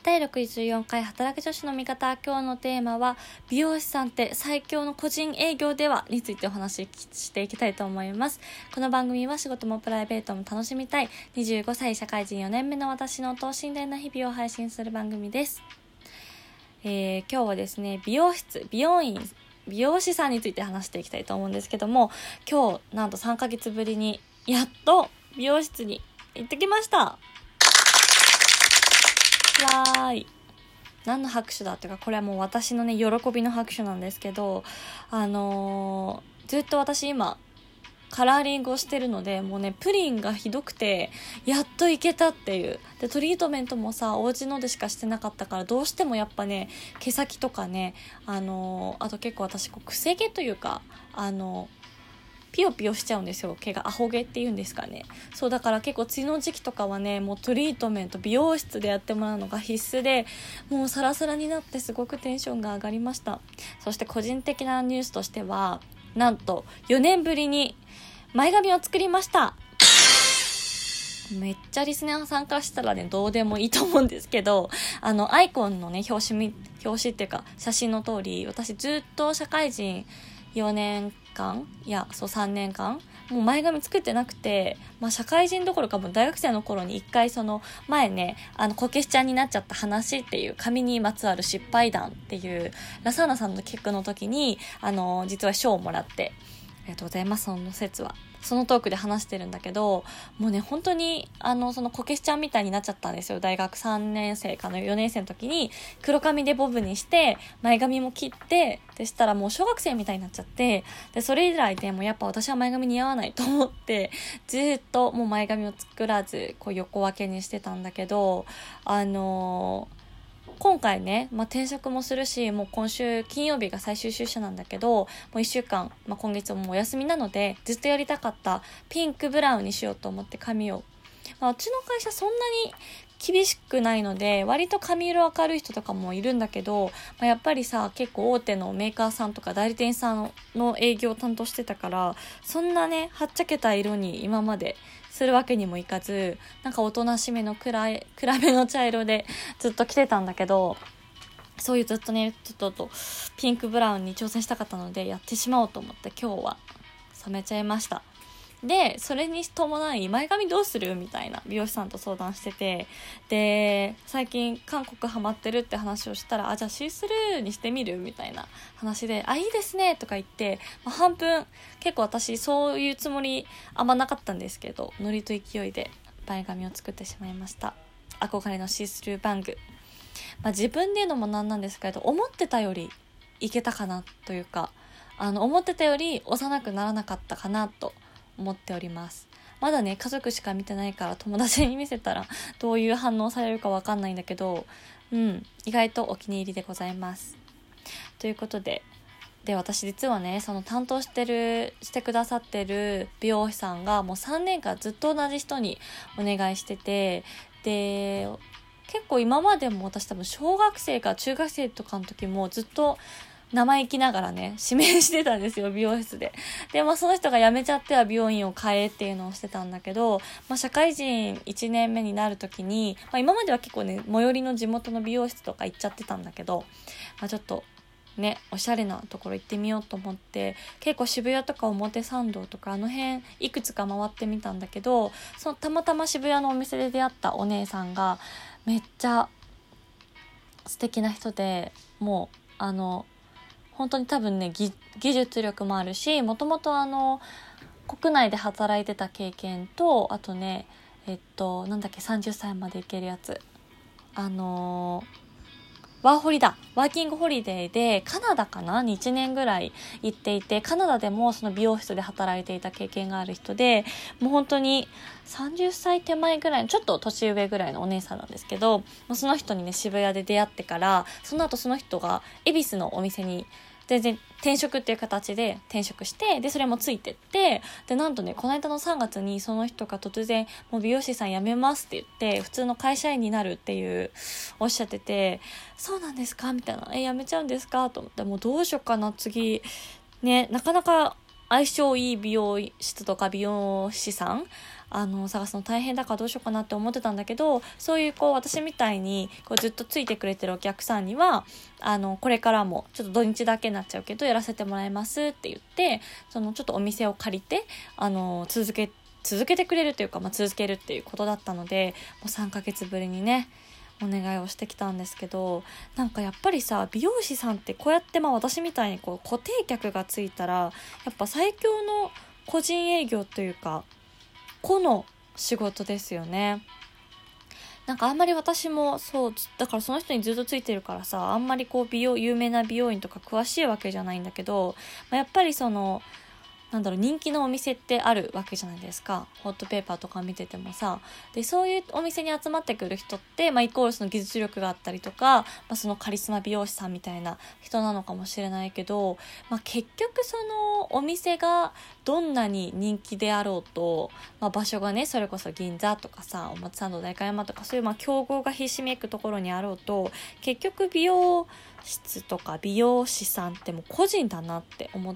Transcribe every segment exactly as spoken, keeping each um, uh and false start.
だいろくじゅうよんかい働く女子の味方。今日のテーマは美容師さんって最強の個人営業ではについてお話ししていきたいと思います。この番組は仕事もプライベートも楽しみたいにじゅうごさい社会人よねんめの私の等身大な日々を配信する番組です。えー、今日はですね、美容室、美容院、美容師さんについて話していきたいと思うんですけども、今日なんとさんかげつぶりにやっと美容室に行ってきました。わーい。何の拍手だっていうか、これはもう私のね喜びの拍手なんですけど、あのー、ずっと私今カラーリングをしてるので、もうねプリンがひどくてやっといけたっていう。でトリートメントもさお家のでしかしてなかったから、どうしてもやっぱね毛先とかね、あのー、あと結構私こうくせ毛というか、あのーピヨピヨしちゃうんですよ。毛がアホ毛っていうんですかね。そうだから結構梅雨の時期とかはね、もうトリートメント美容室でやってもらうのが必須で、もうサラサラになってすごくテンションが上がりました。そして個人的なニュースとしては、なんとよねんぶりに前髪を作りました。めっちゃリスナーさんからしたらねどうでもいいと思うんですけど、あのアイコンのね表紙表紙っていうか写真の通り、私ずっと社会人よねんかんいやそうさんねんかんもう前髪作ってなくて、まあ、社会人どころかもう大学生の頃に一回その前ね、あのこけしちゃんになっちゃった話っていう髪にまつわる失敗談っていうラサーナさんの結句の時にあの実は賞をもらって、ありがとうございます。その説はそのトークで話してるんだけど、もうね本当にあのそのこけしちゃんみたいになっちゃったんですよ。大学さんねん生かのよねん生の時に黒髪でボブにして前髪も切って、でしたらもう小学生みたいになっちゃって、でそれ以来でもやっぱ私は前髪似合わないと思ってずっともう前髪を作らずこう横分けにしてたんだけど、あのー今回ね、まあ、転職もするし、もう今週金曜日が最終出社なんだけど、もういっしゅうかん、まあ、今月もお休みなのでずっとやりたかったピンクブラウンにしようと思って髪を、まあ、うちの会社そんなに厳しくないので割と髪色明るい人とかもいるんだけど、まあ、やっぱりさ結構大手のメーカーさんとか代理店さんの営業を担当してたから、そんなねはっちゃけた色に今までするわけにもいかず、なんかおとなしめの暗い暗めの茶色でずっと着てたんだけど、そういうずっとねちょっとピンクブラウンに挑戦したかったのでやってしまおうと思って今日は染めちゃいました。でそれに伴い前髪どうするみたいな美容師さんと相談してて、で最近韓国ハマってるって話をしたら、あじゃあシースルーにしてみるみたいな話で、あいいですねとか言って、まあ、半分結構私そういうつもりあんまなかったんですけど、ノリと勢いで前髪を作ってしまいました。憧れのシースルーバング、まあ、自分で言うのもなんなんですけど、思ってたよりいけたかなというか、あの思ってたより幼くならなかったかなと思っております。まだね家族しか見てないから友達に見せたらどういう反応されるかわかんないんだけど、うん意外とお気に入りでございます。ということでで私実はねその担当してるしてくださってる美容師さんがもうさんねんかんずっと同じ人にお願いしてて、で結構今までも私多分小学生か中学生とかの時もずっと生意気ながらね指名してたんですよ、美容室で。でまあその人が辞めちゃっては美容院を変えっていうのをしてたんだけど、まあ、社会人いちねんめになる時に、まあ、今までは結構ね最寄りの地元の美容室とか行っちゃってたんだけど、まあ、ちょっとねおしゃれなところ行ってみようと思って結構渋谷とか表参道とかあの辺いくつか回ってみたんだけど、そのたまたま渋谷のお店で出会ったお姉さんがめっちゃ素敵な人で、もうあの本当に多分ね 技, 技術力もあるし、もともとあの国内で働いてた経験と、あとねえっとなんだっけさんじゅっさいまで行けるやつ、あのー、ワーホリだワーキングホリデーでカナダかなにいちねんぐらい行っていて、カナダでもその美容室で働いていた経験がある人で、もう本当にさんじゅっさい手前ぐらいのちょっと年上ぐらいのお姉さんなんですけど、その人にね渋谷で出会ってから、その後その人が恵比寿のお店に全然転職っていう形で転職して、でそれもついてって、でなんとねこの間のさんがつにその人が突然もう美容師さん辞めますって言って普通の会社員になるっていうおっしゃってて、そうなんですかみたいな、え辞めちゃうんですかと思って、もうどうしようかな次ね、なかなか相性いい美容室とか美容師さんあの探すの大変だからどうしようかなって思ってたんだけど、そういうこう私みたいにこうずっとついてくれてるお客さんにはあのこれからもちょっと土日だけになっちゃうけどやらせてもらいますって言って、そのちょっとお店を借りてあの続け続けてくれるというか、まあ、続けるっていうことだったので、もうさんかげつぶりにねお願いをしてきたんですけど、なんかやっぱりさ美容師さんってこうやってまあ私みたいにこう固定客がついたらやっぱ最強の個人営業というか個の仕事ですよね。なんかあんまり私もそうだからその人にずっとついてるからさ、あんまりこう美容有名な美容院とか詳しいわけじゃないんだけど、まあ、やっぱりそのなんだろう人気のお店ってあるわけじゃないですか。ホットペーパーとか見ててもさ、でそういうお店に集まってくる人って、まあ、イコールその技術力があったりとか、まあ、そのカリスマ美容師さんみたいな人なのかもしれないけど、まあ、結局そのお店がどんなに人気であろうと、まあ、場所がねそれこそ銀座とかさ表参道代官山とかそういうまあ競合がひしめくところにあろうと、結局美容室とか美容師さんってもう個人だなって思って、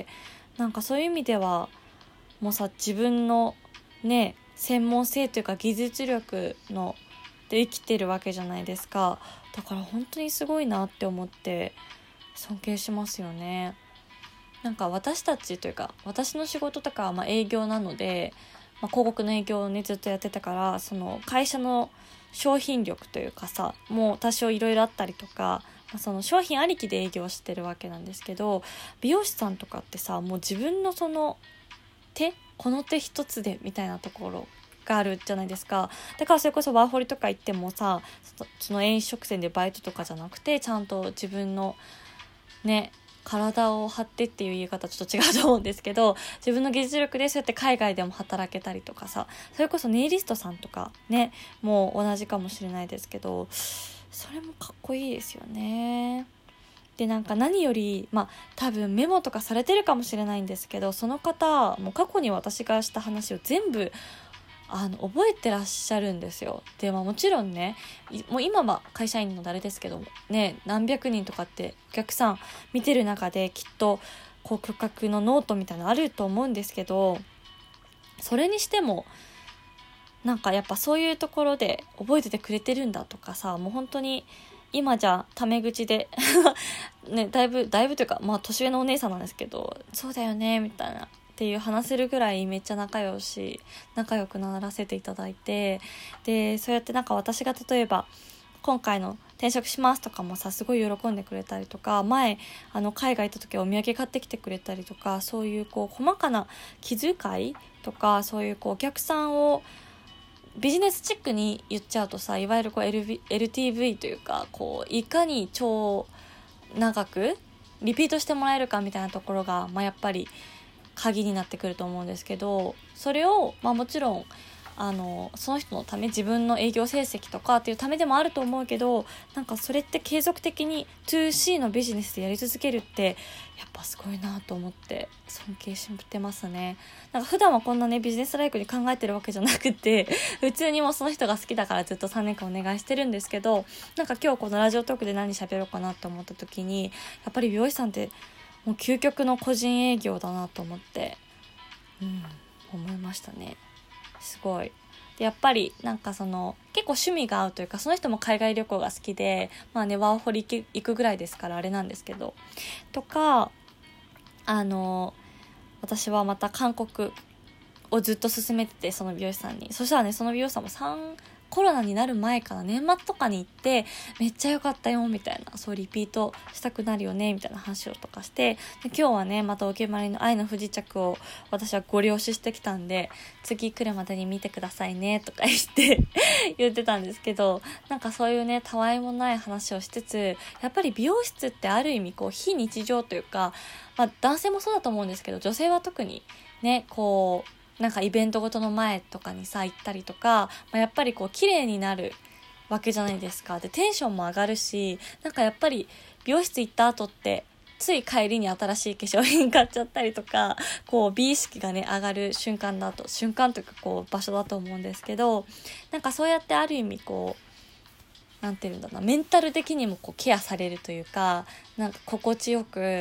なんかそういう意味ではもうさ自分のね専門性というか技術力ので生きてるわけじゃないですか。だから本当にすごいなって思って尊敬しますよね。なんか私たちというか私の仕事とかはまあ営業なので、まあ、広告の営業をねずっとやってたから、その会社の商品力というかさもう多少いろいろあったりとか、その商品ありきで営業してるわけなんですけど、美容師さんとかってさもう自分のその手この手一つでみたいなところがあるじゃないですか。だからそれこそワーホリとか行ってもさその飲食店でバイトとかじゃなくてちゃんと自分のね体を張ってっていう言い方ちょっと違うと思うんですけど、自分の技術力でそうやって海外でも働けたりとかさ、それこそネイリストさんとかねもう同じかもしれないですけど、それもかっこいいですよね。でなんか何よりまあ多分メモとかされてるかもしれないんですけど、その方もう過去に私がした話を全部あの覚えてらっしゃるんですよ。で、まあ、もちろんねもう今は会社員の誰ですけどもね何百人とかってお客さん見てる中できっとこう区画のノートみたいなのあると思うんですけど、それにしてもなんかやっぱそういうところで覚えててくれてるんだとかさ、もう本当に今じゃタメ口でねだいぶだいぶというかまあ年上のお姉さんなんですけど、そうだよねみたいなっていう話せるぐらいめっちゃ仲良し仲良くならせていただいて、でそうやってなんか私が例えば今回の転職しますとかもさすごい喜んでくれたりとか、前あの海外行った時はお土産買ってきてくれたりとか、そういうこう細かな気遣いとかそういうこうお客さんをビジネスチックに言っちゃうとさ、いわゆるこう エルブイ エルティーブイ というかこういかに超長くリピートしてもらえるかみたいなところが、まあ、やっぱり鍵になってくると思うんですけど、それを、まあ、もちろんあのその人のため自分の営業成績とかっていうためでもあると思うけど、なんかそれって継続的に ツーシー のビジネスでやり続けるってやっぱすごいなと思って尊敬してますね。なんか普段はこんなねビジネスライクに考えてるわけじゃなくて普通にもうその人が好きだからずっとさんねんかんお願いしてるんですけど、なんか今日このラジオトークで何喋ろうかなと思った時にやっぱり美容師さんってもう究極の個人営業だなと思って、うん思いましたね。すごい。でやっぱりなんかその結構趣味が合うというか、その人も海外旅行が好きでまあねワーホリ行くぐらいですからあれなんですけどとか、あの私はまた韓国をずっと勧めててその美容師さんに、そしたらねその美容師さんもさんコロナになる前から年末とかに行ってめっちゃ良かったよみたいな、そうリピートしたくなるよねみたいな話をとかして、で今日はねまたお決まりの愛の不時着を私はご了承してきたんで次来るまでに見てくださいねとか言って言ってたんですけど、なんかそういうねたわいもない話をしつつ、やっぱり美容室ってある意味こう非日常というか、まあ、男性もそうだと思うんですけど女性は特にねこうなんかイベントごとの前とかにさ行ったりとか、まあ、やっぱりこう綺麗になるわけじゃないですか。でテンションも上がるし、なんかやっぱり美容室行った後ってつい帰りに新しい化粧品買っちゃったりとか、こう美意識がね上がる瞬間だと瞬間というかこう場所だと思うんですけど、なんかそうやってある意味こうなんていうんだろうな、メンタル的にもこうケアされるというか、なんか心地よく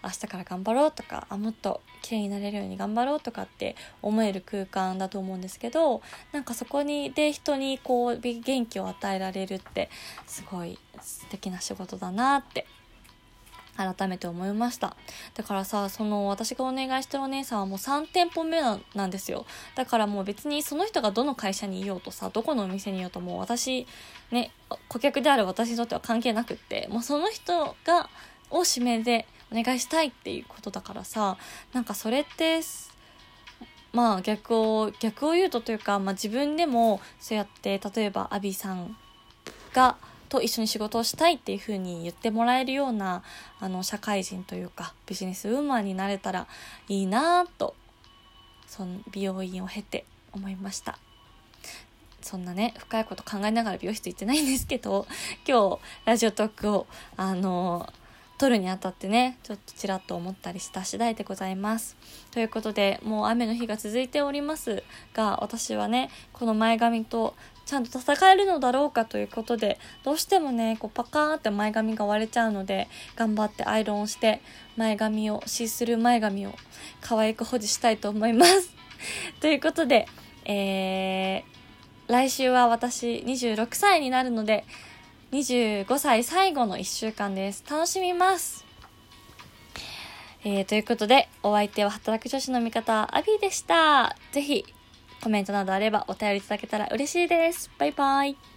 明日から頑張ろうとか、あもっと綺麗になれるように頑張ろうとかって思える空間だと思うんですけど、なんかそこにで人にこう元気を与えられるってすごい素敵な仕事だなって改めて思いました。だからさ、その私がお願いしてるお姉さんはもうさん店舗目なんですよ。だからもう別にその人がどの会社にいようとさ、どこのお店にいようと、もう私ね、顧客である私にとっては関係なくって、もうその人がを指名でお願いしたいっていうことだからさ、なんかそれってまあ逆を逆を言うとというか、まあ自分でもそうやって例えばアビさんがと一緒に仕事をしたいっていう風に言ってもらえるようなあの社会人というかビジネスウーマンになれたらいいなと、その美容院を経て思いました。そんなね深いこと考えながら美容室行ってないんですけど、今日ラジオトークをあの撮るにあたってね、ちょっとちらっと思ったりした次第でございます。ということで、もう雨の日が続いておりますが、私はねこの前髪とちゃんと戦えるのだろうかということで、どうしてもねこうパカーって前髪が割れちゃうので、頑張ってアイロンをして前髪をシースルー前髪を可愛く保持したいと思いますということで、えー、来週は私にじゅうろくさいになるので、にじゅうごさい最後のいっしゅうかんです。楽しみます。えー、ということで、お相手は働く女子の味方アビーでした。ぜひコメントなどあればお便りいただけたら嬉しいです。バイバイ。